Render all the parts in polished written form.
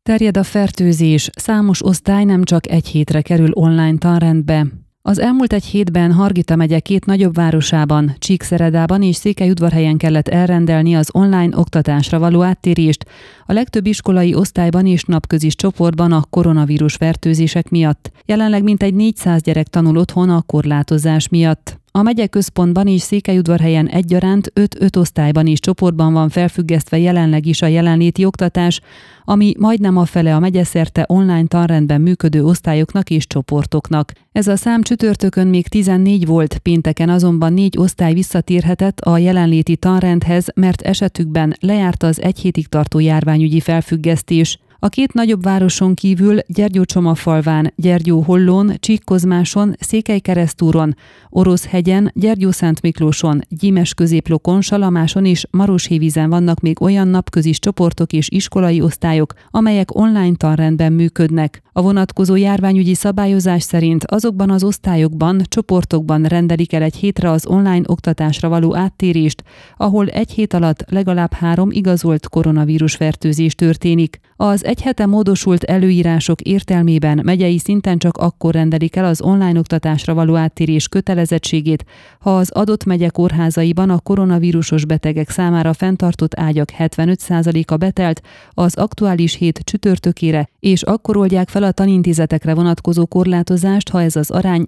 Terjed a fertőzés, számos osztály nem csak egy hétre kerül online tanrendbe. Az elmúlt egy hétben Hargita megye két nagyobb városában, Csíkszeredában és Székelyudvarhelyen kellett elrendelni az online oktatásra való áttérést, a legtöbb iskolai osztályban és napközis csoportban a koronavírus fertőzések miatt. Jelenleg mintegy 400 gyerek tanul otthon a korlátozás miatt. A megyeközpontban és Székelyudvarhelyen egyaránt 5 osztályban és csoportban van felfüggesztve jelenleg is a jelenléti oktatás, ami majdnem a fele a megyeszerte online tanrendben működő osztályoknak és csoportoknak. Ez a szám csütörtökön még 14 volt, pénteken azonban 4 osztály visszatérhetett a jelenléti tanrendhez, mert esetükben lejárt az egy hétig tartó járványügyi felfüggesztés. A két nagyobb városon kívül Gyergyócsomafalván, Gyergyóhollón, Csíkkozmáson, Székelykeresztúron, Oroszhegyen, Gyergyószentmiklóson, Gyímes-Középlokon, Salamáson és Maroshévízen vannak még olyan napközis csoportok és iskolai osztályok, amelyek online tanrendben működnek. A vonatkozó járványügyi szabályozás szerint azokban az osztályokban, csoportokban rendelik el egy hétre az online oktatásra való áttérést, ahol egy hét alatt legalább 3 igazolt koronavírus fertőzés történik. Az egy hete módosult előírások értelmében megyei szinten csak akkor rendelik el az online oktatásra való áttérés kötelezettségét, ha az adott megye kórházaiban a koronavírusos betegek számára fenntartott ágyak 75%-a betelt az aktuális hét csütörtökére, és akkor oldják fel a tanintézetekre vonatkozó korlátozást, ha ez az arány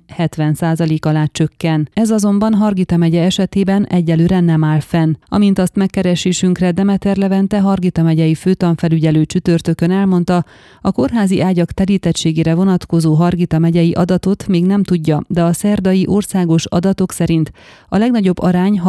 70% alá csökken. Ez azonban Hargita megye esetében egyelőre nem áll fenn. Amint azt megkeresésünkre Demeter Levente Hargita megyei főtanfelügyelő csütörtökön elmondta, a kórházi ágyak telítettségére vonatkozó Hargita megyei adatot még nem tudja, de a szerdai országos adatok szerint a legnagyobb arány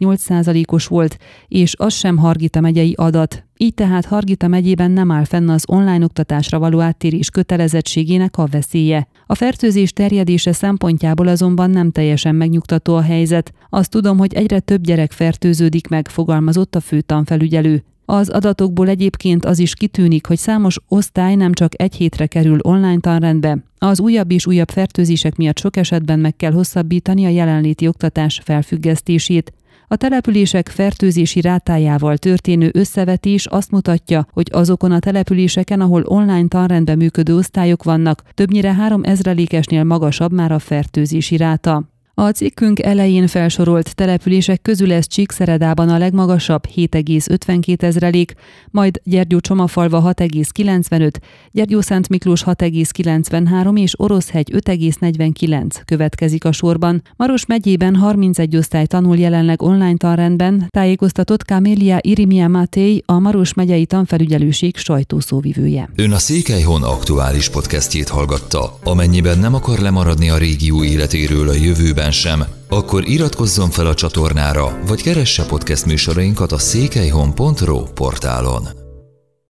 38%-os volt, és az sem Hargita megyei adat. Így tehát Hargita megyében nem áll fenn az online oktatásra való áttérés kötelezettségének a veszélye. A fertőzés terjedése szempontjából azonban nem teljesen megnyugtató a helyzet. Azt tudom, hogy egyre több gyerek fertőződik meg, fogalmazott a főtanfelügyelő. Az adatokból egyébként az is kitűnik, hogy számos osztály nem csak egy hétre kerül online tanrendbe. Az újabb és újabb fertőzések miatt sok esetben meg kell hosszabbítani a jelenléti oktatás felfüggesztését. A települések fertőzési rátájával történő összevetés azt mutatja, hogy azokon a településeken, ahol online tanrendben működő osztályok vannak, többnyire 3000-esnél magasabb már a fertőzési ráta. A cikkünk elején felsorolt települések közül ez Csíkszeredában a legmagasabb 7,52 %, majd Gyergyócsomafalva 6,95, Gyergyószentmiklós 6,93 és Oroszhegy 5,49 következik a sorban. Maros megyében 31 osztály tanul jelenleg online tanrendben, tájékoztatott Camélia Irimia Máté, a Maros megyei tanfelügyelőség sajtószóvivője. Ön a Székelyhon aktuális podcastjét hallgatta. Amennyiben nem akar lemaradni a régió életéről a jövőben sem, akkor iratkozzon fel a csatornára, vagy keresse podcast műsorainkat a székelyhon.ro portálon.